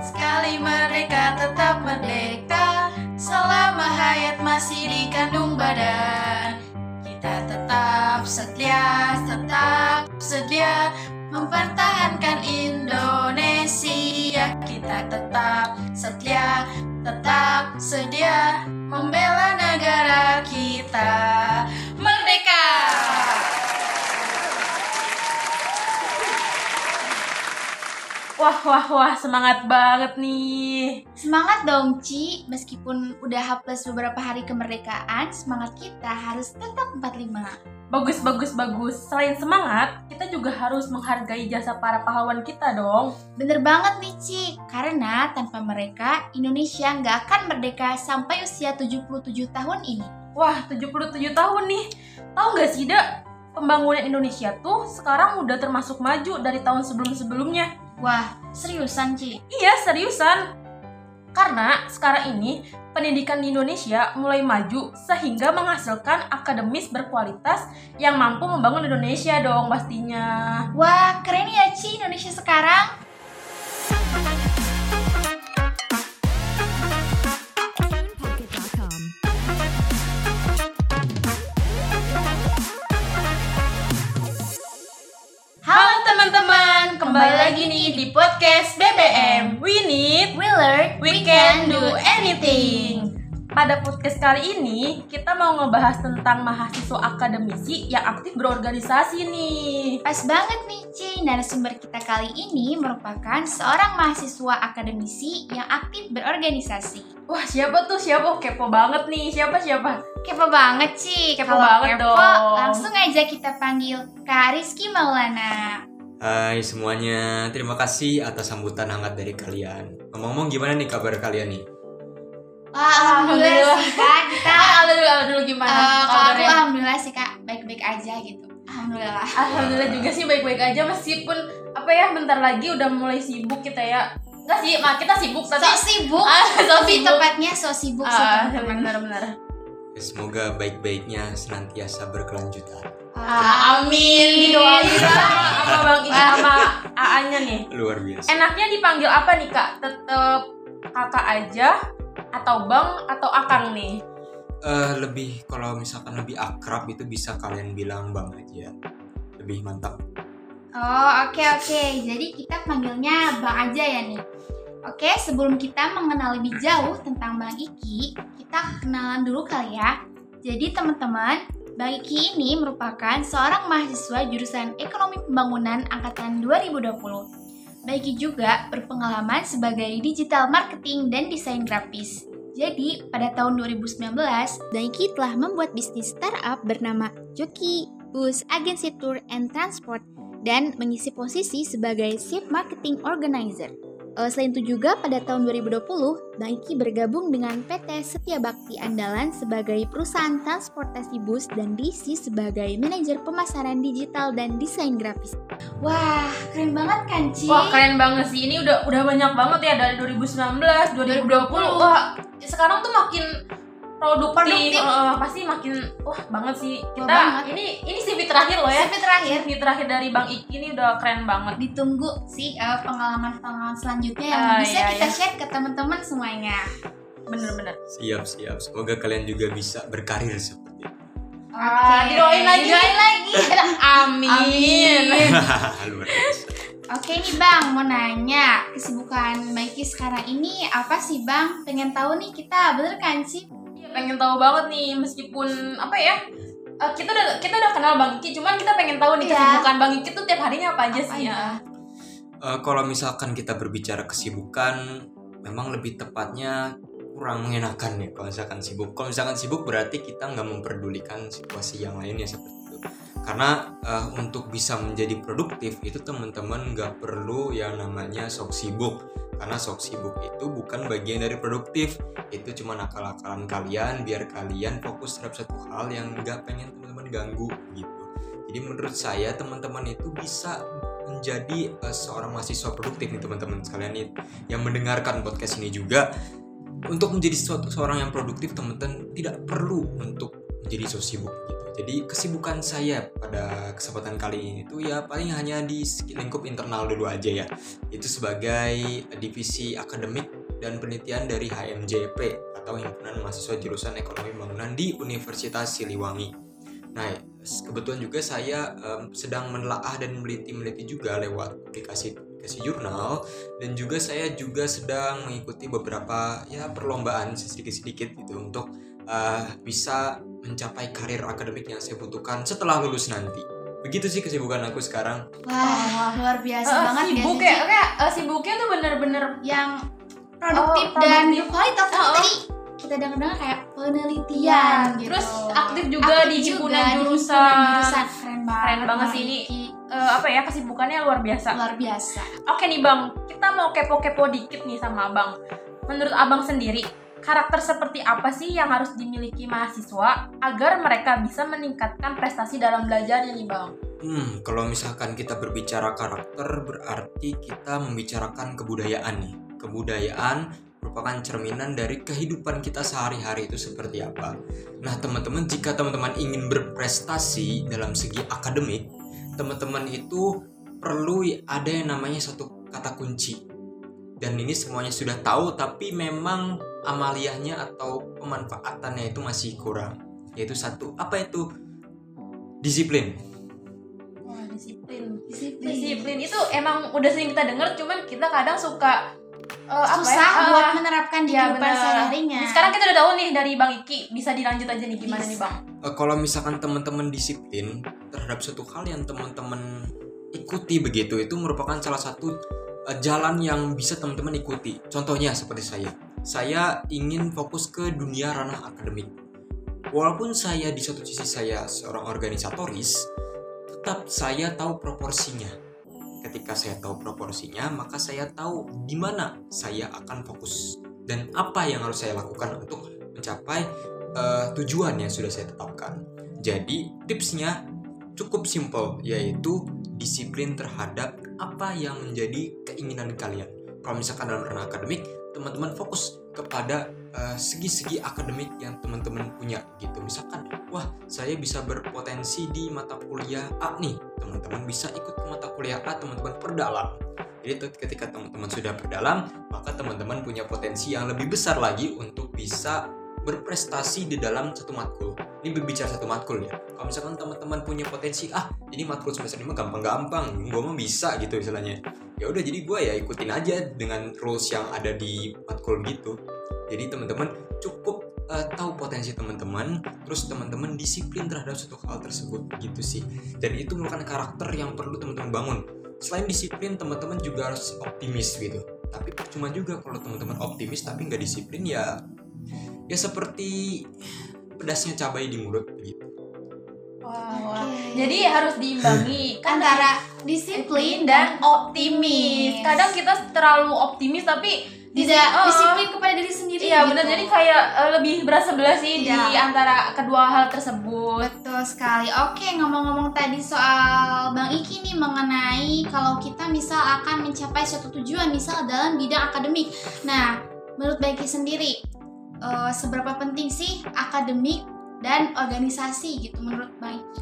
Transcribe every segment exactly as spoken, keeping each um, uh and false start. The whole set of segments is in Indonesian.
Sekali merdeka tetap merdeka, selama hayat masih dikandung badan. Kita tetap setia, tetap sedia mempertahankan Indonesia. Kita tetap setia, tetap sedia membela negara kita. Merdeka! Wah, wah, wah, semangat banget nih. Semangat dong, Ci. Meskipun udah hapus beberapa hari kemerdekaan, semangat kita harus tetap empat puluh lima. Bagus, bagus, bagus. Selain semangat, kita juga harus menghargai jasa para pahlawan kita dong. Bener banget nih, Ci. Karena tanpa mereka, Indonesia nggak akan merdeka sampai usia tujuh puluh tujuh tahun ini. Wah, tujuh puluh tujuh tahun nih. Tahu nggak sih, Da? Pembangunan Indonesia tuh sekarang udah termasuk maju dari tahun sebelum-sebelumnya. Wah, seriusan, Ci? Iya, seriusan. Karena sekarang ini pendidikan di Indonesia mulai maju sehingga menghasilkan akademis berkualitas yang mampu membangun Indonesia dong pastinya. Wah, keren ya, Ci, Indonesia sekarang. Halo teman-teman, kembali lagi nih di podcast B B M. We need, We learn, we can do anything. Pada podcast kali ini, kita mau ngebahas tentang mahasiswa akademisi yang aktif berorganisasi nih. Pas banget nih, Ci. Narasumber kita kali ini merupakan seorang mahasiswa akademisi yang aktif berorganisasi. Wah, siapa tuh? Siapa? Kepo banget nih. Siapa, siapa? Kepo banget, Ci. Kepo Kalau banget kepo, dong. langsung aja kita panggil Kak Rizky Maulana. Hai semuanya, terima kasih atas sambutan hangat dari kalian. Ngomong-ngomong gimana nih kabar kalian nih? Wah, alhamdulillah sih, Kak. Kita Alhamdulillah, dulu gimana? eh, kalau aku kabarnya? alhamdulillah sih, Kak, baik-baik aja gitu. Alhamdulillah. Alhamdulillah juga sih baik-baik aja meskipun apa ya bentar lagi udah mulai sibuk kita ya. Enggak sih, mak kita sibuk tapi So sibuk, Ah, so lebih sibuk. tepatnya so sibuk sih, Ah, teman-teman. benar-benar. Semoga baik-baiknya senantiasa berkelanjutan. Ah, amin. Didoain sama sama Bang Iki sama A A-nya nih. Luar biasa. Enaknya dipanggil apa nih, Kak? Tetep kakak aja atau Bang atau Akang nih? Eh, lebih kalau misalkan lebih akrab itu bisa kalian bilang Bang aja. Lebih mantap. Oh, oke oke. Jadi kita panggilnya Bang aja ya nih. Oke, sebelum kita mengenal lebih jauh tentang Bang Iki, kita kenalan dulu kali ya. Jadi teman-teman, Bang Iki ini merupakan seorang mahasiswa jurusan Ekonomi Pembangunan angkatan dua ribu dua puluh. Bang Iki juga berpengalaman sebagai digital marketing dan desain grafis. Jadi, pada tahun dua ribu sembilan belas, Bang Iki telah membuat bisnis startup bernama Joki Bus Agency Tour and Transport dan mengisi posisi sebagai Chief Marketing Organizer. Uh, selain itu juga pada tahun dua ribu dua puluh, Bang Iki bergabung dengan P T Setia Bakti Andalan sebagai perusahaan transportasi bus dan D C sebagai manajer pemasaran digital dan desain grafis. Wah, keren banget kan, Ci? Wah, keren banget sih. Ini udah udah banyak banget ya dari dua ribu sembilan belas, dua ribu dua puluh. Wah, sekarang tuh makin produktif. Produktif. Eh, pasti makin wah banget sih. Kita banget. ini ini C V terakhir loh ya. Sampai terakhir C V terakhir dari Bang Iki ini udah keren banget. ditunggu sih uh, pengalaman-pengalaman selanjutnya yang Ah, bisa iya, kita iya. share ke teman-teman semuanya. Bener-bener. Siap, siap. Semoga kalian juga bisa berkarir seperti itu. Ah, didoain lagi. Didoain lagi. Amin. Luar biasa. Oke nih Bang, mau nanya, kesibukan Bang Iki sekarang ini apa sih Bang? Pengen tahu nih kita, bener kan sih? Iya, pengen tahu banget nih meskipun apa ya? eh, kita udah kita udah kenal Bang Iki, cuman kita pengen tahu nih Iya. kesibukan Bang Iki tuh tiap harinya apa aja Apa sih aja? ya? Eh, kalau misalkan kita berbicara kesibukan, memang lebih tepatnya kurang mengenakan ya kalau misalkan sibuk. Kalau misalkan sibuk berarti kita nggak memperdulikan situasi yang lainnya seperti itu. Karena uh, untuk bisa menjadi produktif itu teman-teman nggak perlu yang namanya sok sibuk. Karena sok sibuk itu bukan bagian dari produktif. Itu cuma akal-akalan kalian biar kalian fokus terhadap satu hal yang nggak pengen teman-teman ganggu gitu. Jadi menurut saya teman-teman itu bisa menjadi uh, seorang mahasiswa produktif nih teman-teman sekalian nih yang mendengarkan podcast ini juga. Untuk menjadi suatu seorang yang produktif teman-teman tidak perlu untuk menjadi so sibuk gitu. Jadi kesibukan saya pada kesempatan kali ini tuh ya paling hanya di lingkup internal dulu aja ya. Itu sebagai divisi akademik dan penelitian dari H M J P atau Himpunan Mahasiswa Jurusan Ekonomi Bangunan di Universitas Siliwangi. Nah, kebetulan juga saya um, sedang menelaah dan meneliti-meneliti juga lewat publikasi-publikasi jurnal, dan juga saya juga sedang mengikuti beberapa ya perlombaan sedikit-sedikit gitu untuk uh, bisa mencapai karir akademik yang saya butuhkan setelah lulus nanti. Begitu sih kesibukan aku sekarang. Wah, luar biasa Uh, banget sibuk ya, ya, Cici. kayak uh, sibuknya tuh bener-bener Yang produktif Oh, dan produktif. berkualitas. Oh, oh. Tadi kita dengar-dengar kayak penelitian Iya, gitu. terus aktif juga Aktif di juga himpunan di jurusan. himpunan jurusan. Keren banget. Keren banget sih ini. Iki. Uh, apa ya, kesibukannya luar biasa. Luar biasa. Oke nih Bang, kita mau kepo-kepo dikit nih sama Abang. Menurut Abang sendiri, karakter seperti apa sih yang harus dimiliki mahasiswa agar mereka bisa meningkatkan prestasi dalam belajarnya nih Bang? Hmm, kalau misalkan kita berbicara karakter, berarti kita membicarakan kebudayaan nih. Kebudayaan merupakan cerminan dari kehidupan kita sehari-hari itu seperti apa. Nah, teman-teman, jika teman-teman ingin berprestasi dalam segi akademik, teman-teman itu perlu ada yang namanya satu kata kunci. Dan ini semuanya sudah tahu, tapi memang amaliyahnya atau pemanfaatannya itu masih kurang. Yaitu satu, apa itu? Disiplin. Wah, disiplin. Disiplin. Disiplin itu emang udah sering kita dengar, cuman kita kadang suka uh, apa Susah ya? buat uh, menerapkan di ya, kehidupan bener. sehari-harinya. Sekarang kita udah tahu nih dari Bang Iki, bisa dilanjut aja nih gimana Bisa. nih Bang? Uh, kalau misalkan teman-teman disiplin terhadap suatu hal yang teman-teman ikuti begitu, itu merupakan salah satu uh, jalan yang bisa teman-teman ikuti. Contohnya seperti saya. Saya ingin fokus ke dunia ranah akademik. Walaupun saya di satu sisi saya seorang organisatoris, tetap saya tahu proporsinya. Ketika saya tahu proporsinya, maka saya tahu di mana saya akan fokus dan apa yang harus saya lakukan untuk mencapai uh, tujuan yang sudah saya tetapkan. Jadi tipsnya cukup simpel, yaitu disiplin terhadap apa yang menjadi keinginan kalian. Kalau misalkan dalam ranah akademik, teman-teman fokus kepada uh, segi-segi akademik yang teman-teman punya gitu. Misalkan, wah saya bisa berpotensi di mata kuliah A nih, teman-teman bisa ikut ke mata kuliah A, teman-teman perdalam. Jadi ketika teman-teman sudah perdalam, maka teman-teman punya potensi yang lebih besar lagi untuk bisa berprestasi di dalam satu matkul. Ini berbicara satu matkul ya. Kalau misalkan teman-teman punya potensi, ah ini matkul semester lima gampang-gampang, gue mah bisa gitu istilahnya. Ya udah, jadi gue ya ikutin aja dengan rules yang ada di matkul gitu. Jadi teman-teman cukup uh, tahu potensi teman-teman, terus teman-teman disiplin terhadap suatu hal tersebut gitu sih. Dan itu merupakan karakter yang perlu teman-teman bangun. Selain disiplin, teman-teman juga harus optimis gitu. Tapi percuma juga kalau teman-teman optimis tapi nggak disiplin, ya ya seperti pedasnya cabai di mulut begitu. Wah, Oke. jadi harus diimbangi kan Antara disiplin dan optimis. optimis. Kadang kita terlalu optimis tapi tidak oh, disiplin kepada diri sendiri. Iya gitu. benar, jadi kayak uh, lebih berasa sebelah sih Iya. di antara kedua hal tersebut. Betul sekali. Oke, ngomong-ngomong tadi soal Bang Iki nih mengenai kalau kita misal akan mencapai suatu tujuan misal dalam bidang akademik. Nah, menurut Bang Iki sendiri, uh, seberapa penting sih akademik dan organisasi gitu menurut Bang Iki?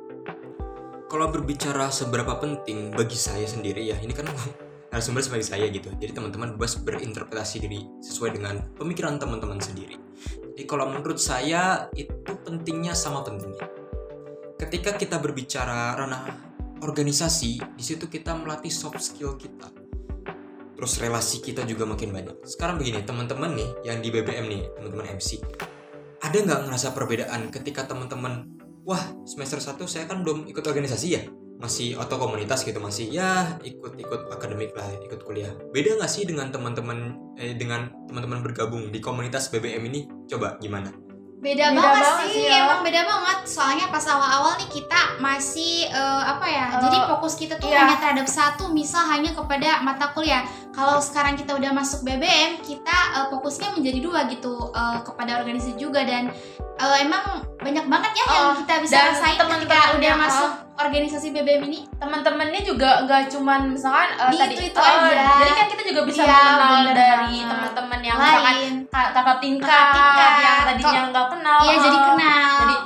Kalau berbicara seberapa penting bagi saya sendiri ya, ini kan narasumber sebagai saya gitu. Jadi teman-teman bebas berinterpretasi diri sesuai dengan pemikiran teman-teman sendiri. Jadi kalau menurut saya itu pentingnya sama pentingnya. Ketika kita berbicara ranah organisasi, di situ kita melatih soft skill kita. Terus relasi kita juga makin banyak. Sekarang begini, teman-teman nih yang di B B M nih, teman-teman M C. Ada nggak ngerasa perbedaan ketika teman-teman, wah semester satu saya kan belum ikut organisasi ya, masih atau komunitas gitu, masih ya ikut-ikut akademik lah, ikut kuliah. Beda nggak sih dengan teman-teman eh, dengan teman-teman bergabung di komunitas B B M ini? Coba gimana? Beda, Beda banget, banget sih, sih ya. emang beda banget. Soalnya pas awal-awal nih kita masih eh, apa ya? Eh, jadi fokus kita tuh iya. hanya terhadap satu, misal hanya kepada mata kuliah. Kalau sekarang kita udah masuk B B M, kita eh, fokusnya menjadi dua gitu, eh, kepada organisasi juga. Dan eh, emang banyak banget ya yang Oh, kita bisa dan rasain ketika teman-teman udah yang, masuk organisasi B B M ini. Teman-temannya juga nggak cuman misalkan uh, Di tadi itu-itu oh, aja. jadi kan kita juga bisa Iya, mengenal bener dari banget. teman-teman yang misalkan Lain. ka- kakak tingkat, Kakak tingkat. yang tadinya Kok- nggak kenal. Iya, jadi oh. kenal. Jadi misalkan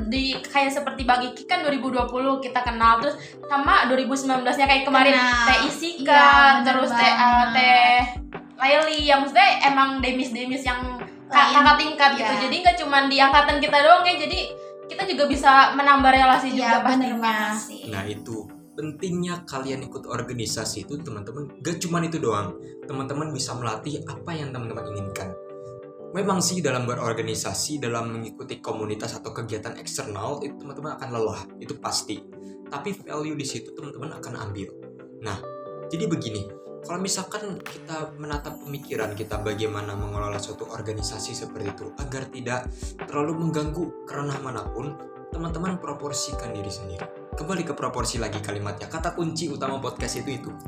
di kayak seperti Bang Iki kan dua ribu dua puluh kita kenal, terus sama dua ribu sembilan belas-nya kayak kemarin Kenal. Teh Isika, Iya, bener terus Teh uh, banget. Teh Laili yang maksudnya emang demis-demis yang ka- Lain. kakak tingkat gitu. Iya. Jadi nggak cuma di angkatan kita doang ya, jadi kita juga bisa menambah relasi Iya, juga bener pasti. banget sih. Nah itu pentingnya kalian ikut organisasi itu teman-teman, gak cuman itu doang. Teman-teman bisa melatih apa yang teman-teman inginkan. Memang sih dalam berorganisasi, dalam mengikuti komunitas atau kegiatan eksternal itu teman-teman akan lelah, itu pasti. Tapi value di situ teman-teman akan ambil. Nah, jadi begini, kalau misalkan kita menatap pemikiran kita bagaimana mengelola suatu organisasi seperti itu agar tidak terlalu mengganggu kerana manapun, teman-teman proporsikan diri sendiri. Kembali ke proporsi lagi kalimatnya. Kata kunci utama podcast itu itu.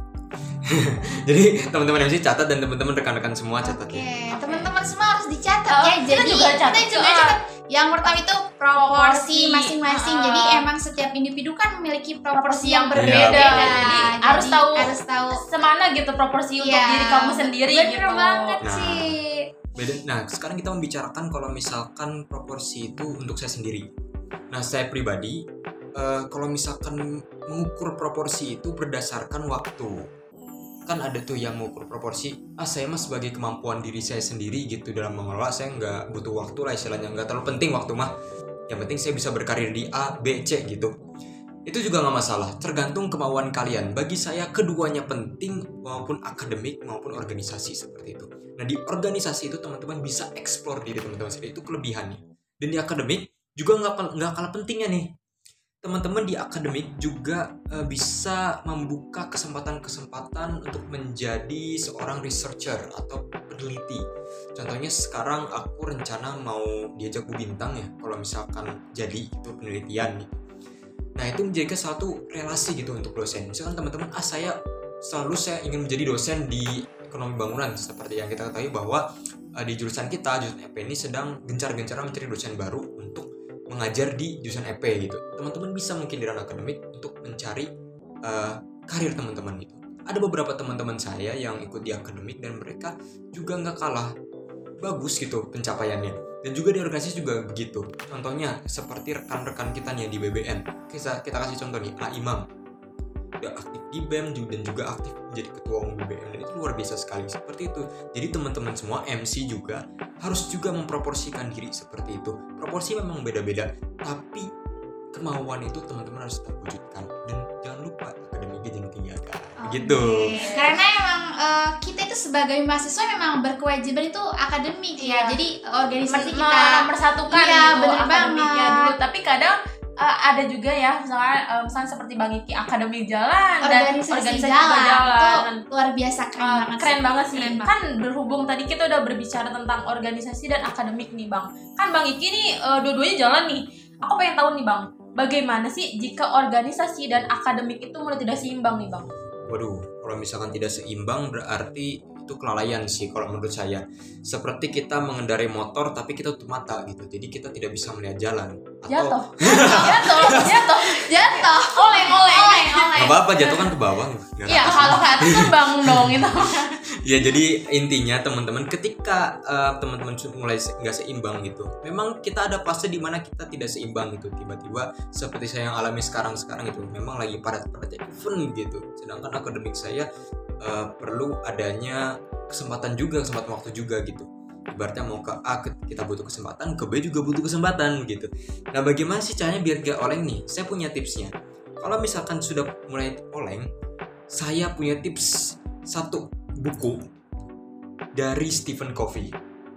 Jadi teman-teman M C catat dan teman-teman rekan-rekan semua catat Oke, ya. teman-teman semua harus dicatat Oh, ya. kita Jadi juga catat. kita juga Ah. catat. Yang pertama itu proporsi Proporsi. masing-masing. Ah. Jadi emang setiap individu kan memiliki proporsi yang Proporsi berbeda. yang berbeda. Jadi Jadi harus tahu harus tahu. semana gitu proporsi untuk Iya, diri kamu sendiri bener gitu. banget Nah. sih. Beda. Nah, sekarang kita membicarakan kalau misalkan proporsi itu untuk saya sendiri. Nah, saya pribadi eh, kalau misalkan mengukur proporsi itu berdasarkan waktu. Kan ada tuh yang mengukur proporsi, ah saya mah sebagai kemampuan diri saya sendiri gitu dalam mengelola, saya nggak butuh waktu lah istilahnya, nggak terlalu penting waktu mah. Yang penting saya bisa berkarir di A, B, C gitu. Itu juga nggak masalah, tergantung kemauan kalian. Bagi saya keduanya penting, maupun akademik maupun organisasi seperti itu. Nah di organisasi itu teman-teman bisa explore diri teman-teman sendiri, itu kelebihannya. Dan di akademik juga nggak nggak kalah pentingnya nih. Teman-teman di akademik juga uh, bisa membuka kesempatan-kesempatan untuk menjadi seorang researcher atau peneliti. Contohnya sekarang aku rencana mau diajak Bu Bintang ya, kalau misalkan jadi itu penelitian nih. Nah itu menjadi satu relasi gitu untuk dosen. Misalkan teman-teman, ah saya selalu saya ingin menjadi dosen di ekonomi bangunan, seperti yang kita ketahui bahwa uh, di jurusan kita, jurusan E P ini sedang gencar-gencaran mencari dosen baru untuk mengajar di jurusan E P gitu. Teman-teman bisa mungkin di ranah akademik untuk mencari uh, karir teman-teman gitu. Ada beberapa teman-teman saya yang ikut di akademik dan mereka juga nggak kalah bagus gitu pencapaiannya. Dan juga di organisasi juga begitu. Contohnya seperti rekan-rekan kita nih di B B N. Kita, kita kasih contoh nih, A Imam. Udah aktif di B E M dan juga aktif menjadi ketua umum B B M, dan itu luar biasa sekali seperti itu. Jadi teman-teman semua M C juga harus juga memproporsikan diri seperti itu. Proporsi memang beda-beda, tapi kemauan itu teman-teman harus terwujudkan, dan jangan lupa akademiknya jangan tinggalkan. Gitu. Oke. Karena emang eh, kita itu sebagai mahasiswa memang berkewajiban itu akademik ya. Iya. Jadi organisasi Men- kita mempersatukan Iya, gitu bener akademiknya banget. dulu, tapi kadang uh, ada juga ya misalnya uh, misalnya seperti Bang Iki akademik jalan dan organisasi, organisasi jalan, juga jalan. itu luar biasa keren Uh, banget. keren sih. banget sih. Keren banget. Kan berhubung tadi kita udah berbicara tentang organisasi dan akademik nih Bang. Kan Bang Iki nih uh, dua-duanya jalan nih. Aku pengen tahu nih Bang, bagaimana sih jika organisasi dan akademik itu mulai tidak seimbang nih Bang? Waduh, kalau misalkan tidak seimbang berarti itu kelalaian sih kalau menurut saya. Seperti kita mengendarai motor tapi kita tutup mata gitu. Jadi kita tidak bisa melihat jalan. Atau Jatuh. Jatuh, jatuh. Jatuh. Oleng, oleng. Oleng, oleng. nggak apa-apa, jatuh kan ke bawah. Nggak Iya, apa-apa. kalau ke atas kan Bang dong itu. Ya jadi intinya teman-teman ketika uh, teman-teman su- mulai se- nggak seimbang gitu, memang kita ada fase di mana kita tidak seimbang gitu, tiba-tiba seperti saya yang alami sekarang-sekarang itu, memang lagi padat-padatnya event gitu, sedangkan akademik saya uh, perlu adanya kesempatan juga, kesempatan waktu juga gitu. Ibaratnya mau ke A kita butuh kesempatan, ke B juga butuh kesempatan gitu. Nah bagaimana sih caranya biar gak oleng nih? Saya punya tipsnya. Kalau misalkan sudah mulai oleng, saya punya tips satu buku dari Stephen Covey.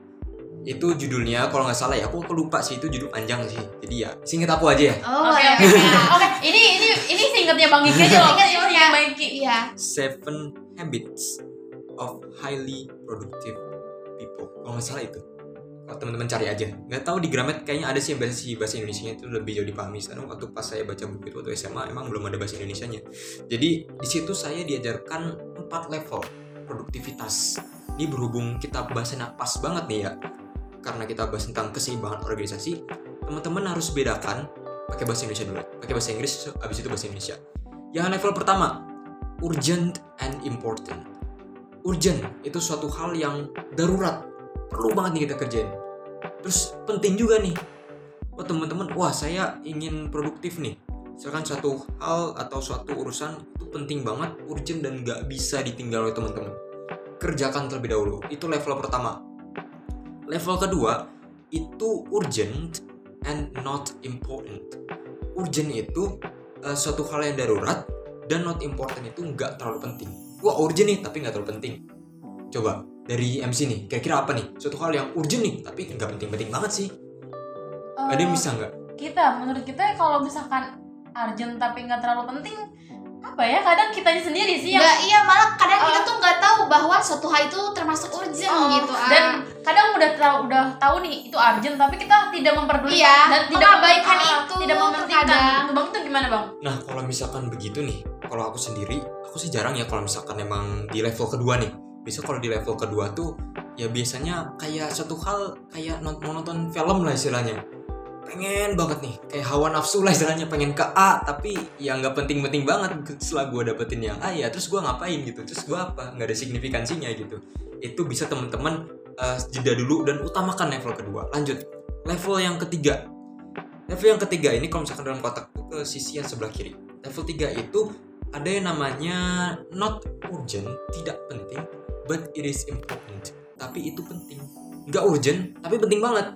Itu judulnya kalau nggak salah ya, aku, aku lupa sih, itu judul panjang sih. Jadi ya singkat aku aja ya. Oh, Oke, boleh. oke. Oke, ini ini ini singkatnya Bang Iki aja loh. Ingat Ini ya. singkat Bang Iki. Iya. Seven Habits of Highly Productive People. Kalau nggak salah itu. Kalau teman-teman cari aja. Nggak tahu di Gramet kayaknya ada sih yang bahasa bahasa Indonesianya itu lebih jauh dipahami. Sekarang waktu pas saya baca buku itu waktu S M A emang belum ada bahasa Indonesianya. Jadi di situ saya diajarkan empat level produktivitas. Ini berhubung kita bahasnya pas banget nih ya. Karena kita bahas tentang keseimbangan organisasi, teman-teman harus bedakan pakai bahasa Indonesia dulu. Pakai bahasa Inggris habis itu bahasa Indonesia. Yang level pertama, urgent and important. Urgent itu suatu hal yang darurat, perlu banget nih kita kerjain. Terus penting juga nih. oh teman-teman, wah saya ingin produktif nih, misalkan suatu hal atau suatu urusan itu penting banget, urgent dan nggak bisa ditinggal oleh teman-teman, kerjakan terlebih dahulu. Itu level pertama. Level kedua itu urgent and not important. Urgent itu uh, suatu hal yang darurat, dan not important itu nggak terlalu penting. Wah urgent nih tapi nggak terlalu penting. Coba dari M C nih, kira-kira apa nih suatu hal yang urgent nih tapi nggak penting-penting banget sih? Uh, Ada yang bisa nggak? Kita, menurut kita kalau misalkan urgent tapi nggak terlalu penting, apa ya, kadang kita sendiri sih yang Nggak, iya malah kadang Uh, kita tuh nggak tahu bahwa suatu hal itu termasuk urgent Oh, gitu. ah. dan kadang udah tahu udah tahu nih itu urgent tapi kita tidak memperdulikan Iya, dan tidak mengabaikan ah, itu tidak mementingkan terkadang. itu. Bang, itu gimana bang? Nah kalau misalkan begitu nih, kalau aku sendiri, aku sih jarang ya kalau misalkan emang di level kedua nih. Bisa kalau di level kedua tuh ya biasanya kayak suatu hal kayak not- mau nonton film lah istilahnya, pengen banget nih kayak hawa nafsu lah istilahnya, pengen ke A tapi ya nggak penting-penting banget. Setelah gue dapetin yang A ya terus gue ngapain gitu, terus gue apa, nggak ada signifikansinya gitu. Itu bisa teman-teman uh, jeda dulu dan utamakan level kedua. Lanjut level yang ketiga. Level yang ketiga ini kalau misalkan dalam kotak tuh ke sisi yang sebelah kiri. Level tiga itu ada yang namanya not urgent, tidak penting, but it is important. Tapi itu penting. Nggak urgent tapi penting banget.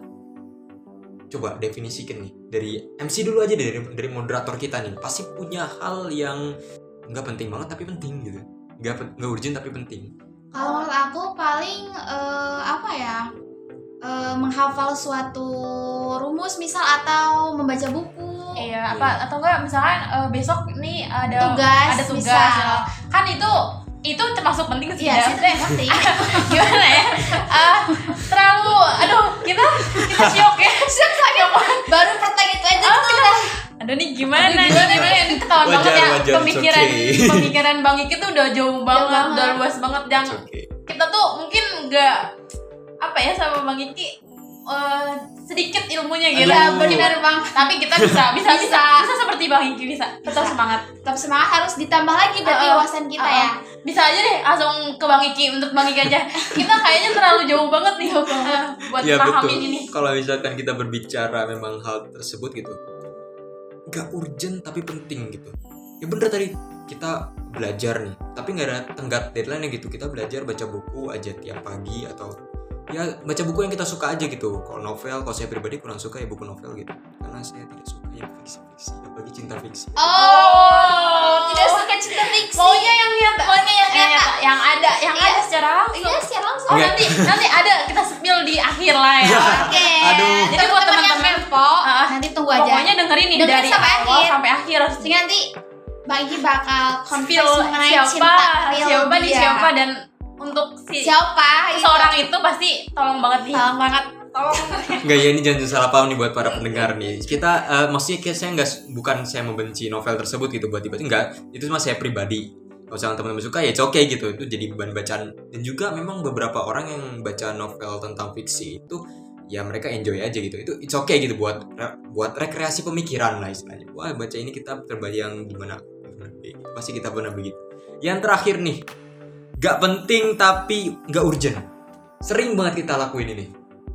Coba definisikan nih dari M C dulu aja, dari dari moderator kita nih, pasti punya hal yang nggak penting banget tapi penting gitu, nggak nggak urgent tapi penting. Kalau menurut aku paling eh, apa ya, eh, menghafal suatu rumus misal atau membaca buku. Iya, apa atau enggak misalkan eh, besok nih ada Tugas, ada tugas misal. kan itu itu termasuk penting sih Iya ya. sih, itu penting. Gimana ya? Ah, terlalu aduh kita kita syok ya. Syok syok. Baru pertanyaan itu aja Ah, tuh kita udah. aduh nih gimana Aduh, nih gimana gimana nih? ini ketahuan banget Wajar, ya wajar, pemikiran it's okay. pemikiran Bang Iki tuh udah jauh banget, banget. udah luas banget yang It's okay. kita tuh mungkin nggak apa ya sama Bang Iki eh, sedikit ilmunya gitu. Iya Aduh. benar bang. Tapi kita bisa bisa bisa Bisa. bisa seperti Bang Iki bisa. Tetap Bisa. semangat. Tetap semangat, harus ditambah lagi berarti Uh, uh, wawasan kita uh, uh. ya. Bisa aja deh langsung ke Bang Iki, untuk Bang Iki aja. Kita kayaknya terlalu jauh banget nih uh, buat Ya pahamin betul. ini. Kalau misalkan kita berbicara memang hal tersebut gitu, nggak urgent tapi penting gitu. Ya bener tadi kita belajar nih, tapi nggak ada tenggat deadline gitu. Kita belajar baca buku aja tiap pagi atau ya baca buku yang kita suka aja gitu. Kalau novel, kalau saya pribadi kurang suka ya buku novel gitu, karena saya tidak suka yang fiksi-fiksi, apalagi cinta fiksi. Oh, tidak suka cinta fiksi. Maunya yang nyata. Maunya yang Eh, nyata. yang ada, yang Iya. ada secara langsung. Iya secara langsung. Oh Enggak. nanti nanti ada kita spill di akhir lah ya. Oke. Aduh. Jadi buat yang teman-teman, kepo, ah, nanti tunggu aja. Pokoknya dengerin nih Dengerin dari sampai awal akhir. sampai akhir. Sehingga nanti Bang Iki bakal confess Spill mengenai siapa, cinta real siapa nih dia. siapa dan untuk si Siapa? seorang itu pasti tolong banget nih. Tolong banget. Tolong. Enggak ya, ini jangan salah paham nih buat para pendengar nih. Kita uh, maksudnya kayak saya enggak, bukan saya membenci novel tersebut gitu buat tiba-tiba, enggak. Itu cuma saya pribadi. Kalau misalnya teman-teman suka ya oke okay gitu. Itu jadi bahan bacaan. Dan juga memang beberapa orang yang baca novel tentang fiksi itu ya mereka enjoy aja gitu. Itu it's okay gitu buat buat rekreasi pemikiran lah istilahnya. Wah, baca ini kitab terbaik yang gimana? Pasti kita pernah begitu. Yang terakhir nih, gak penting tapi gak urgent. Sering banget kita lakuin ini.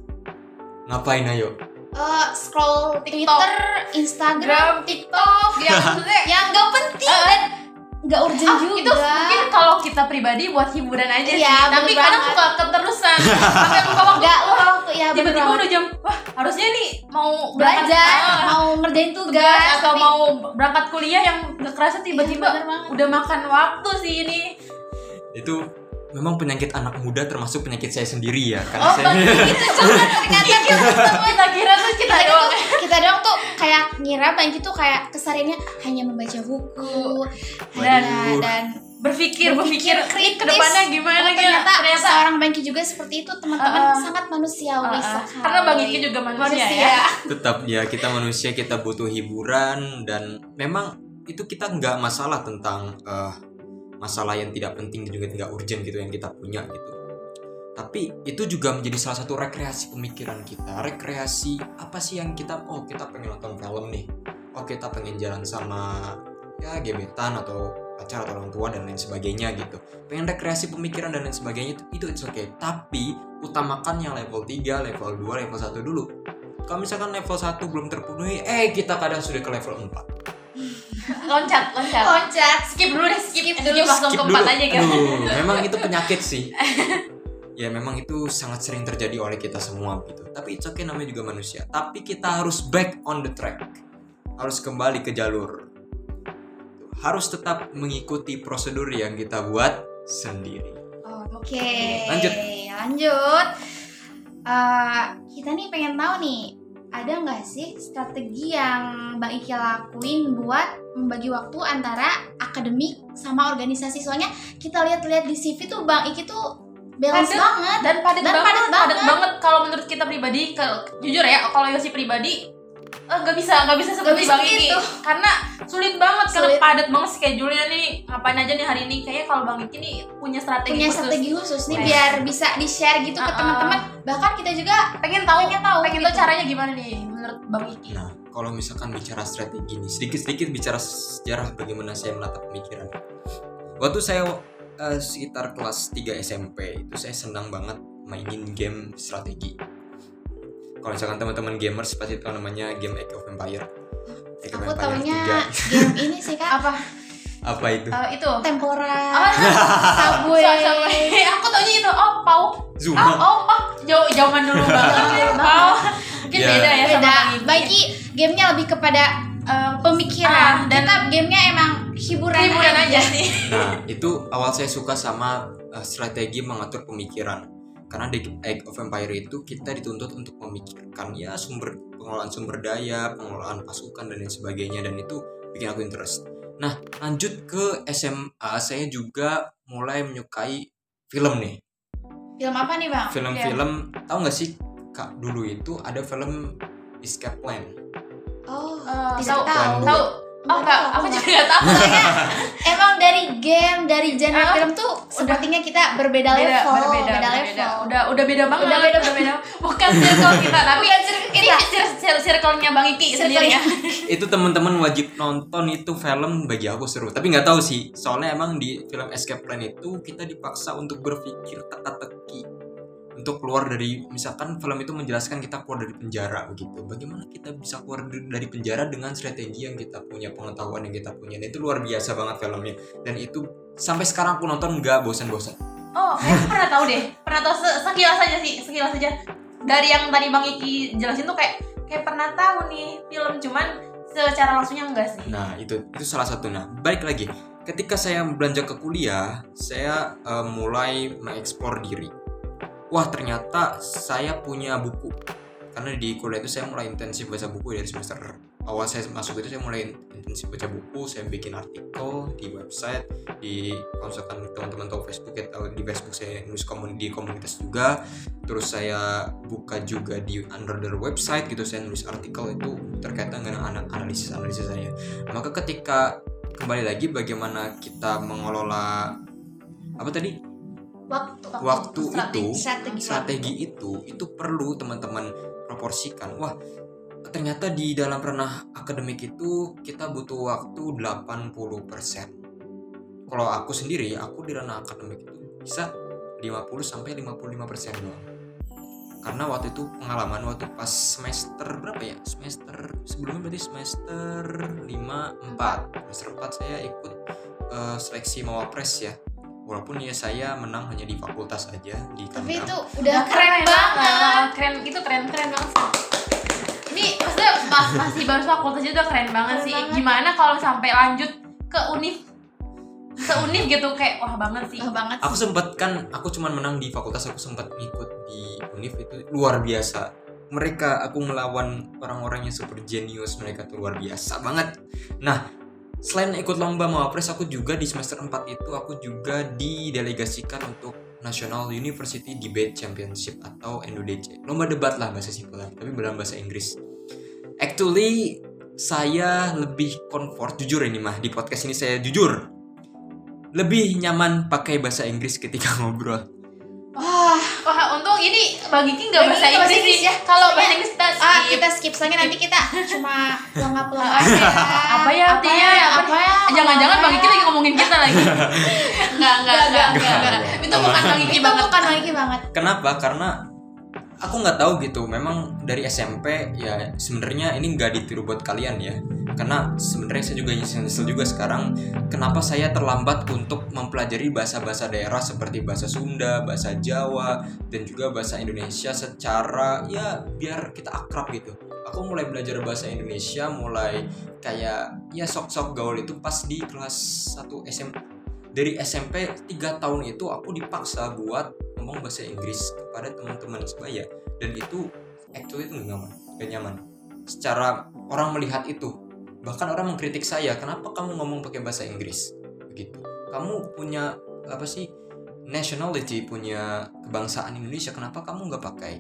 Ngapain ayo? Eh, scroll TikTok. Twitter, Instagram, TikTok, Yang maksudnya yang gak penting Eh, dan gak urgent ah, juga. itu mungkin kalau kita pribadi buat hiburan aja sih. Iya, Tapi bener kadang banget. suka keterusan. Sampai lupa waktu. Gak lupa waktu ya, bener Tiba-tiba banget. udah jam, wah harusnya nih mau Belajar, berangkat, ah, mau ngerjain tugas, tugas atau tapi- mau berangkat kuliah yang gak kerasa tiba-tiba Iya, bener banget. udah makan waktu sih ini. Itu memang penyakit anak muda, termasuk penyakit saya sendiri ya, karena Oh, saya itu juga ternyata Kita kira tuh kita kita doang. tuh kita doang tuh kayak ngira Bang Iki tuh kayak kesariannya hanya membaca buku Dan- hanya- dan berpikir berpikir kritis. ke depannya gimana Oh, gitu. ternyata, ternyata seorang Bang Iki juga seperti itu teman-teman, Uh, uh. sangat manusiawi Uh, uh. sekali. Karena Bang Iki juga manusia, ya. tetap ya kita manusia, kita butuh hiburan, dan memang itu kita nggak masalah tentang eh, masalah yang tidak penting dan juga tidak urgent gitu yang kita punya gitu. Tapi itu juga menjadi salah satu rekreasi pemikiran kita. Rekreasi apa sih yang kita, oh kita pengen nonton film nih, oh kita pengen jalan sama ya gebetan atau pacar atau orang tua dan lain sebagainya gitu. Pengen rekreasi pemikiran dan lain sebagainya itu itu it's okay. Tapi utamakan yang level tiga, level dua, level satu dulu. Kalau misalkan level satu belum terpenuhi, eh kita kadang sudah ke level empat. Loncat, loncat. Loncat. Skip dulu deh, skip, skip dulu, dulu langsung Skip ke empat dulu. aja gitu. Aduh, memang itu penyakit sih. Ya memang itu sangat sering terjadi oleh kita semua gitu. Tapi it's okay, namanya juga manusia. Tapi kita harus back on the track. Harus kembali ke jalur. Harus tetap mengikuti prosedur yang kita buat sendiri. Oke. Lanjut. Lanjut. Uh, kita nih pengen tahu nih, ada nggak sih strategi yang Bang Iki lakuin buat membagi waktu antara akademik sama organisasi? Soalnya kita lihat-lihat di C V tuh Bang Iki tuh balance Padat. banget Dan padat Dan banget, padat padat banget. banget. Kalau menurut kita pribadi, kalau jujur ya, kalau Yosi pribadi eh, nggak bisa, nggak bisa seperti bisa Bang Iki, gitu. karena sulit banget, Sulit. karena padat banget schedule-nya nih. Ngapain aja nih hari ini? Kayaknya kalau Bang Iki nih punya strategi punya khusus. strategi khusus nih Kayak- biar bisa di-share gitu ke Uh-uh. teman-teman. Bahkan kita juga Pengen tahu, pengen tahu pengen gitu. tahu caranya gimana nih menurut Bang Iki. Nah, kalau misalkan bicara strategi nih, sedikit-sedikit bicara sejarah bagaimana saya menatap pemikiran. Waktu saya uh, sekitar kelas tiga S M P, itu saya senang banget mainin game strategi. Kalau misalkan teman-teman gamers pasti tahu namanya game Age of Empire. Age of aku Empire taunya tiga. game ini sih Kak. Apa? Apa itu? Eh, itu. Tempora, Oh, Subway. Subway. Aku taunya itu. Oh, Pau. Zuma. Oh, oh, oh. Jauh zaman dulu banget. Oh, mungkin Ya. beda ya sama Beda. Bang Iki. Bagi gamenya lebih kepada uh, pemikiran Ah, dan- kita gamenya emang hiburan, Hiburan aja sih. Nah, itu awal saya suka sama uh, strategi mengatur pemikiran. Karena di Age of Empire itu kita dituntut untuk memikirkan ya sumber pengelolaan sumber daya, pengelolaan pasukan dan lain sebagainya, dan itu bikin aku interest. Nah, lanjut ke S M A, saya juga mulai menyukai film nih. Film apa nih Bang? Film-film, tahu nggak sih Kak, dulu itu ada film Escape Plan. Oh, Eh, tidak tahu, tahu. Plan Tahu. Oh, enggak, aku juga enggak tahu. Soalnya emang dari game, dari genre Ah, film tuh sepertinya kita berbeda Beda, level, berbeda, beda berbeda. level. Udah udah beda banget. Udah beda beda. Bukan circle kita, tapi Bukan circle ini kita. cir- cir- circle-nya Bang Iki sendiri ya. Itu teman-teman wajib nonton, itu film bagi aku seru. Tapi nggak tahu sih, soalnya emang di film Escape Plan itu kita dipaksa untuk berpikir teka-teki untuk keluar dari, misalkan film itu menjelaskan kita keluar dari penjara begitu. Bagaimana kita bisa keluar dari penjara dengan strategi yang kita punya, pengetahuan yang kita punya. Dan itu luar biasa banget filmnya. Dan itu sampai sekarang aku nonton nggak bosan-bosan. Oh, aku pernah tahu deh. Pernah tahu se- sekilas aja sih, sekilas aja. Dari yang tadi Bang Iki jelasin tuh kayak kayak pernah tahu nih film, cuman secara langsungnya enggak sih. Nah itu itu salah satu. Nah balik lagi, ketika saya beranjak ke kuliah, saya uh, mulai mengeksplor diri. Wah ternyata saya punya buku. Karena di kuliah itu saya mulai intensif baca buku dari semester awal saya masuk itu, saya mulai intensif baca buku. Saya bikin artikel di website, di kalau misalkan teman-teman tahu Facebook ya, tahu di Facebook saya nulis komun- di komunitas juga. Terus saya buka juga di under website gitu, saya nulis artikel itu terkait dengan analisis-analisis saya. Maka ketika kembali lagi bagaimana kita mengelola apa tadi? Waktu, Waktu strategi, itu, strategi, strategi itu itu perlu teman-teman proporsikan. Wah, ternyata di dalam ranah akademik itu kita butuh waktu delapan puluh persen. Kalau aku sendiri, aku di ranah akademik itu bisa lima puluh sampai lima puluh lima persen doang. Karena waktu itu pengalaman waktu pas semester berapa ya? Semester sebelumnya berarti semester lima empat. Semester empat saya ikut uh, seleksi Mawapres ya. Walaupun ya saya menang hanya di fakultas aja di Tapi Tangerang. itu udah keren, banget. Keren, itu keren-keren banget sih. Ini maksudnya mas- masih baru fakultas aja udah keren banget Keren sih. banget. Gimana kalau sampai lanjut ke univ, ke univ gitu, kayak wah banget sih. Wah banget Aku sih. sempat kan, aku cuma menang di fakultas, aku sempat ngikut di univ itu luar biasa. Mereka, aku melawan orang-orang yang super jenius, mereka tuh luar biasa banget. Nah, selain ikut lomba Mawapres, aku juga di semester empat itu aku juga didelegasikan untuk National University Debate Championship atau N U D C. Lomba debat lah bahasa simpelnya, tapi dalam bahasa Inggris. Actually, saya lebih comfort, jujur ini mah, di podcast ini saya jujur lebih nyaman pakai bahasa Inggris ketika ngobrol. Wah, Wah, untung ini bagi Ki nggak Bagi bahasa Ki nggak bahasa Inggris sih. Inggris ya. Kalau Soalnya- bahasa Inggris kita skip. ah kita skip soalnya nanti kita cuma pelengkap-pelengkap aja. Apa ya artinya? Apa ya? Apa Apa ya? Jangan-jangan Apa Bang Iki ya? lagi ngomongin kita lagi. Enggak, enggak, enggak, Enggak, enggak, enggak. Itu bukan Bang Iki Itu banget. bukan lagi banget. Kenapa? Karena aku nggak tahu gitu. Memang dari S M P ya sebenarnya ini nggak ditiru buat kalian ya. Karena sebenarnya saya juga nyesel juga sekarang kenapa saya terlambat untuk mempelajari bahasa-bahasa daerah seperti bahasa Sunda, bahasa Jawa, dan juga bahasa Indonesia secara ya biar kita akrab gitu. Aku mulai belajar bahasa Indonesia mulai kayak ya sok-sok gaul itu pas di kelas satu S M P. Dari S M P tiga tahun itu aku dipaksa buat ngomong bahasa Inggris kepada teman-teman sebaya, dan itu actually itu nggak nyaman, nggak nyaman. Secara orang melihat itu, bahkan orang mengkritik saya, kenapa kamu ngomong pakai bahasa Inggris begitu? Kamu punya apa sih nationality, punya kebangsaan Indonesia, kenapa kamu nggak pakai?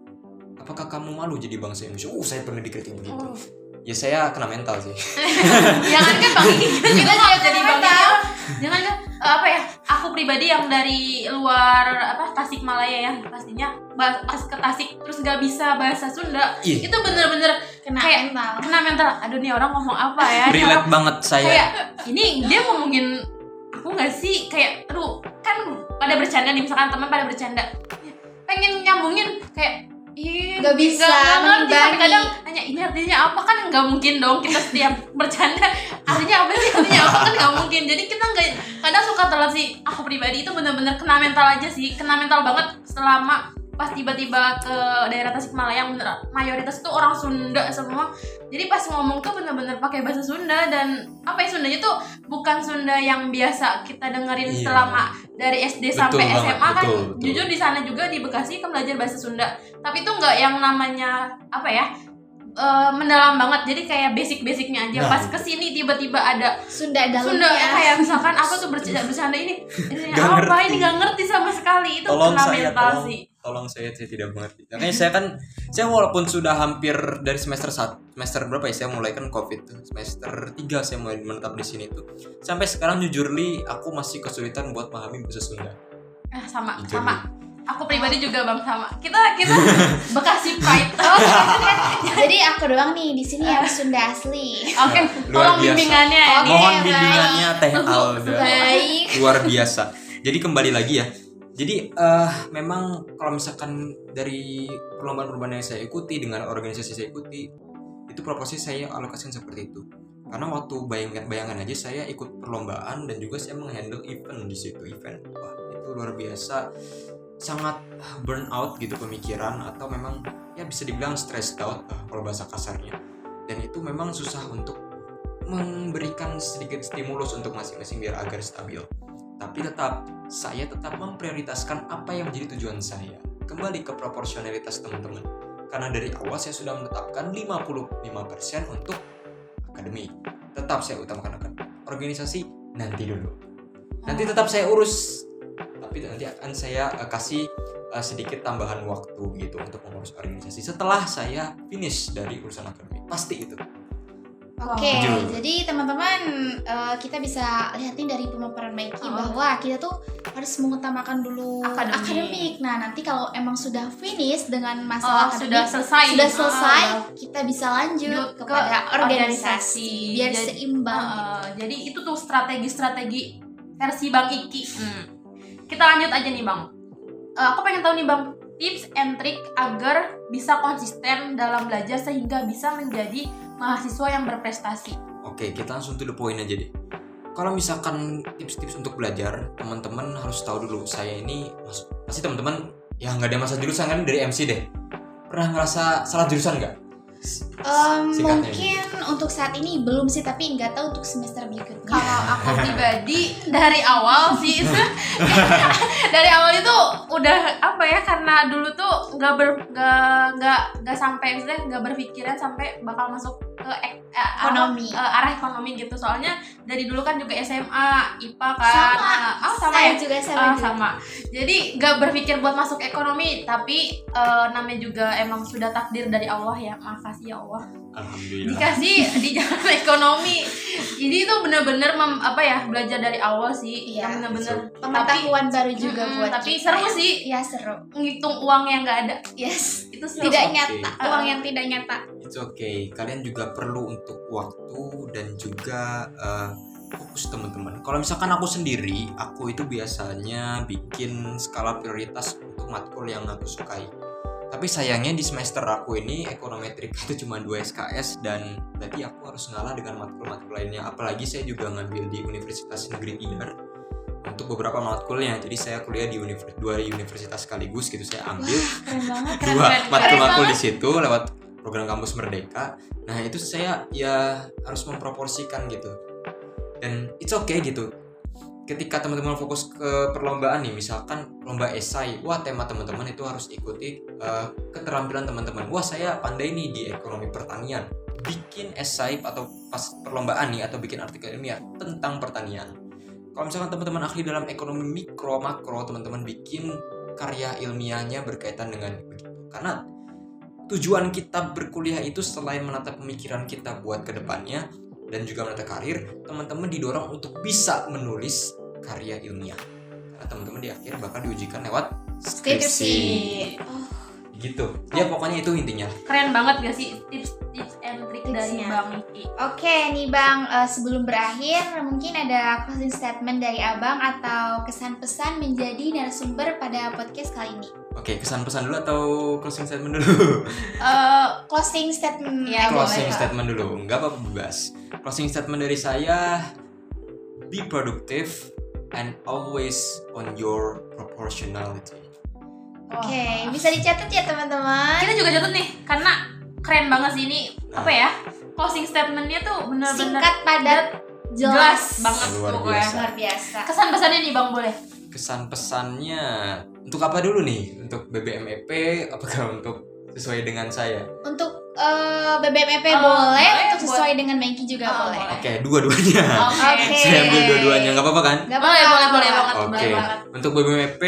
Apakah kamu malu jadi bangsa Indonesia? Uh, saya pernah dikritik begitu. Oh. Ya saya kena mental sih. Jangan kan Bang Iki kita juga mau jadi Bang Iki. Jangan kan eh, apa ya? Aku pribadi yang dari luar apa Tasikmalaya ya, pastinya pas ke Tasik terus nggak bisa bahasa Sunda. Ih. Itu bener-bener Kena kayak mental. kena mental. Aduh nih orang ngomong apa ya? Nih Relate orang- banget saya. Kayak ini dia ngomongin aku nggak sih? Kayak aduh kan pada bercanda nih, misalkan teman pada bercanda pengen nyambungin kayak Ih, Nggak bisa nggak ngerti. mengimbangi. Kadang nanya ini artinya apa, kan nggak mungkin dong kita setiap bercanda artinya apa sih, artinya apa, kan nggak mungkin. Jadi kita nggak, kadang suka telat sih. Aku pribadi itu benar-benar kena mental aja sih, kena mental banget selama pas tiba-tiba ke daerah Tasikmalaya yang bener mayoritas itu orang Sunda semua. Jadi pas ngomong tuh bener-bener pakai bahasa Sunda, dan apa ya, Sundanya tuh bukan Sunda yang biasa kita dengerin Iya. selama dari S D Betul sampai banget, S M A kan. betul, betul. Jujur di sana juga di Bekasi kan belajar bahasa Sunda, tapi itu nggak yang namanya apa ya, eh, mendalam banget. Jadi kayak basic-basicnya aja. Nah, Pas itu. kesini tiba-tiba ada Sunda dalamnya. Sunda kayak misalkan aku tuh bercanda bercanda ini, ini Nggak apa ngerti. ini nggak ngerti sama sekali. Itu Tolong kena saya, mental tolong, sih. tolong saya, saya tidak mengerti. Makanya saya kan, saya walaupun sudah hampir dari semester satu, semester berapa ya, saya mulai kan COVID tuh, semester tiga saya mulai menetap di sini tuh. Sampai sekarang jujur li, aku masih kesulitan buat memahami bahasa Sunda. Eh, sama Jujur sama. li. Aku pribadi juga Bang sama. Kita kita Bekasi Pride. Jadi aku doang nih di sini yang Sunda asli. Oke, Luar tolong biasa. bimbingannya ya. Oke, Mohon baik. bimbingannya Teh Alda. Baik. Luar biasa. Jadi kembali lagi ya. Jadi eh memang kalau misalkan dari perlombaan-perlombaan yang saya ikuti dengan organisasi saya ikuti, itu proporsi saya alokasikan seperti itu. Karena waktu bayangan bayangan aja saya ikut perlombaan dan juga saya menghandle event di situ, event. Wah, itu luar biasa, sangat burn out gitu pemikiran, atau memang ya bisa dibilang stressed out lah, kalau bahasa kasarnya. Dan itu memang susah untuk memberikan sedikit stimulus untuk masing-masing biar agar stabil. Tapi tetap saya tetap memprioritaskan apa yang menjadi tujuan saya. Kembali ke proporsionalitas teman-teman. Karena dari awal saya sudah menetapkan lima puluh lima persen untuk akademik. Tetap saya utamakan akan organisasi nanti dulu. Nanti tetap saya urus. Tapi nanti akan saya uh, kasih uh, sedikit tambahan waktu gitu untuk mengurus organisasi setelah saya finish dari urusan akademik. Pasti itu. Oke, Jujur. jadi teman-teman eh, kita bisa lihatin dari pemaparan Mbak Iki Oh. bahwa kita tuh harus mengutamakan dulu Akademik. akademik. Nah, nanti kalau emang sudah finish dengan Oh, masalah sudah akademik, selesai. sudah selesai, Ah, kita bisa lanjut Lanjut ke kepada organisasi, organisasi. biar Jadi- seimbang. Uh, jadi itu tuh strategi-strategi versi Bang Iki. Hmm. Kita lanjut aja nih Bang. Uh, aku pengen tahu nih Bang, tips and trick agar bisa konsisten dalam belajar sehingga bisa menjadi mahasiswa yang berprestasi. Oke, kita langsung to the point aja deh. Kalau misalkan tips-tips untuk belajar, teman-teman harus tahu dulu saya ini mas- pasti teman-teman ya nggak ada masa jurusan kan dari M C deh. Pernah ngerasa salah jurusan nggak? Em, Singkatnya mungkin untuk saat ini belum sih, tapi nggak tahu untuk semester berikutnya. Kalau aku pribadi dari awal sih itu dari awal itu udah apa ya, karena dulu tuh nggak ber nggak nggak nggak sampai misalnya nggak berpikiran sampai bakal masuk ke ek- eh, apa, Ekonomi. eh, arah ekonomi gitu. Soalnya dari dulu kan juga S M A I P A kan. Sama, Ah, oh, sama saya ya. juga sama Ah, juga. sama. Jadi nggak berpikir buat masuk ekonomi, tapi eh, namanya juga emang sudah takdir dari Allah ya. Makasih ya Allah. Alhamdulillah. Dikasih di jalan ekonomi. Jadi itu bener-bener mem- apa ya, belajar dari awal sih. Iya. Yang bener-bener Pengetahuan baru juga Mm-mm, buat tapi kita. seru sih. Ya seru. Ngitung uang yang nggak ada. Yes. Itu seru. Tidak Oke. nyata, uang yang tidak nyata. It's okay. Kalian juga perlu untuk waktu dan juga uh, fokus teman-teman. Kalau misalkan aku sendiri, aku itu biasanya bikin skala prioritas untuk matkul yang aku sukai. Tapi sayangnya di semester aku ini ekonometrik itu cuma dua S K S dan berarti aku harus ngalah dengan matkul-matkul lainnya. Apalagi saya juga ngambil di Universitas Negeri Tidar untuk beberapa matkulnya. Jadi saya kuliah di univers- dua universitas sekaligus gitu. Saya ambil Keren banget, keren dua banget. matkul-matkul di situ lewat program Kampus Merdeka. Nah itu saya ya harus memproporsikan gitu. Dan it's okay gitu. Ketika teman-teman fokus ke perlombaan nih, misalkan lomba esai, wah tema teman-teman itu harus ikuti uh, keterampilan teman-teman. Wah saya pandai nih di ekonomi pertanian, bikin esai atau pas perlombaan nih atau bikin artikel ilmiah tentang pertanian. Kalau misalkan teman-teman ahli dalam ekonomi mikro makro, teman-teman bikin karya ilmiahnya berkaitan dengan begitu. Karena tujuan kita berkuliah itu selain menata pemikiran kita buat kedepannya dan juga menata karir, teman-teman didorong untuk bisa menulis karya ilmiah. Karena teman-teman di akhir bakal diujikan lewat skripsi. Skripsi. Oh, Gitu. Ya pokoknya itu intinya. Keren banget gak sih tips-tips and trik dari Tipsnya. Bang Iki? Oke nih Bang, eh, sebelum berakhir mungkin ada closing statement dari Abang atau kesan pesan menjadi narasumber pada podcast kali ini. Oke, kesan pesan dulu atau closing statement dulu? Eh, closing statement. Ya, aja Closing boleh. statement dulu, nggak apa-apa bebas. Closing statement dari saya, be productive and always on your proportionality. Oke, bisa dicatat ya teman-teman. Kita juga catat nih, karena keren banget sih ini. Apa ya? Closing statementnya tuh bener-bener Singkat, padat, jelas, jelas banget Luar pokoknya. biasa. luar biasa. Kesan pesannya nih Bang boleh? Kesan pesannya untuk apa dulu nih? Untuk B B M E P apakah untuk sesuai dengan saya? Untuk eh, B B M E P Oh, boleh, boleh, untuk sesuai dengan Banky juga Oh, boleh. boleh. Oke, dua-duanya. Oke. Oke. Saya ambil dua-duanya, nggak apa-apa kan? Gak Boleh, apa-apa. boleh, boleh banget. Oke, Boleh banget. untuk B B M E P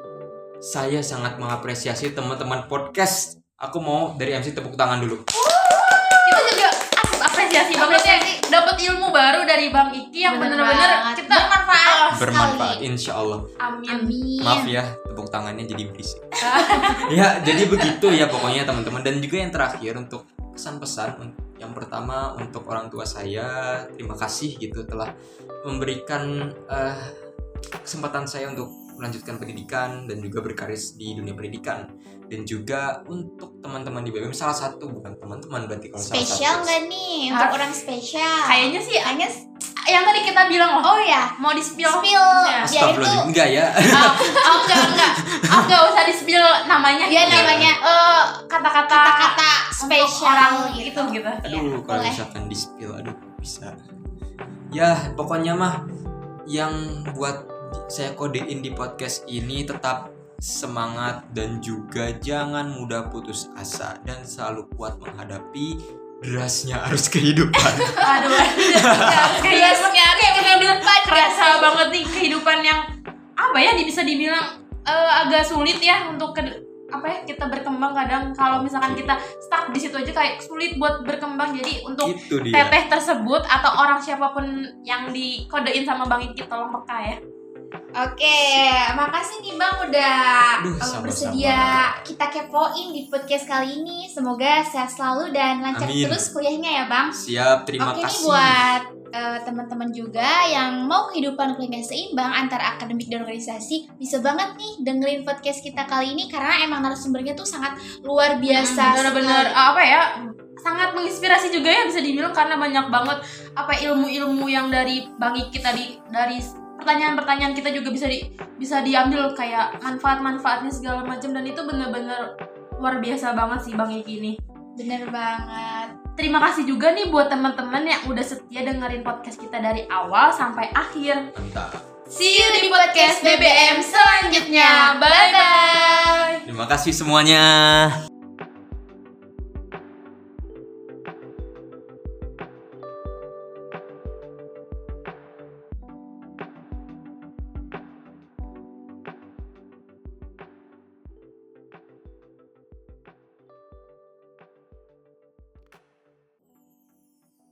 saya sangat mengapresiasi teman-teman podcast. Aku mau dari M C tepuk tangan dulu. Kita juga apresiasi banget ya, dapat ilmu baru dari Bang Iki yang Bener bener-bener banget. kita bermanfaat Bermanfaat, sekali. insya Allah. amin. Amin. Maaf ya, tepuk tangannya jadi berisik. Ya, jadi begitu ya pokoknya teman-teman. Dan juga yang terakhir untuk kesan-pesan. Yang pertama untuk orang tua saya, terima kasih gitu telah memberikan eh, kesempatan saya untuk melanjutkan pendidikan dan juga berkarir di dunia pendidikan. Dan juga untuk teman-teman di B B M, salah satu, bukan teman-teman berarti kalau salah Spesial satu. nggak nih untuk Har- orang spesial? Kayaknya sih Kayaknya yang tadi kita bilang loh, oh ya, mau di spill. spill. Ya. Ya itu Astagfirullahaladzim, enggak ya. Oh, oh enggak enggak. Oh enggak usah di spill namanya. ya namanya Eh, kata-kata kata-kata untuk spesial orang gitu. itu gitu. Aduh, kalau boleh. misalkan di spill, aduh bisa. Ya, pokoknya mah yang buat saya kodein di podcast ini tetap semangat dan juga jangan mudah putus asa dan selalu kuat menghadapi derasnya arus kehidupan. Aduh. Derasnya arus kehidupan, Kerasa banget nih kehidupan yang apa ya bisa dibilang eh, agak sulit ya untuk ke, apa ya kita berkembang kadang kalau misalkan kita stuck di situ aja kayak sulit buat berkembang. Jadi untuk Itu dia. teteh tersebut atau orang siapapun yang dikodein sama Bang Iki tolong peka ya. Oke, makasih nih Bang udah Aduh, uh, sama-sama. bersedia kita kepoin di podcast kali ini. Semoga sehat selalu dan lancar Amin. terus kuliahnya ya Bang. Siap, terima Oke nih kasih. buat uh, teman-teman juga yang mau kehidupan kuliah seimbang antara akademik dan organisasi, bisa banget nih dengerin podcast kita kali ini karena emang narasumbernya tuh sangat luar biasa. Bener-bener sekali. apa ya sangat menginspirasi juga ya bisa dibilang karena banyak banget apa ilmu-ilmu yang dari Bang Iki tadi dari pertanyaan-pertanyaan kita juga bisa di bisa diambil kayak manfaat-manfaatnya segala macam dan itu bener-bener luar biasa banget sih Bang Iki ini. Bener banget. Terima kasih juga nih buat teman-teman yang udah setia dengerin podcast kita dari awal sampai akhir. Mantap. See you di podcast B B M selanjutnya. Bye bye. Terima kasih semuanya.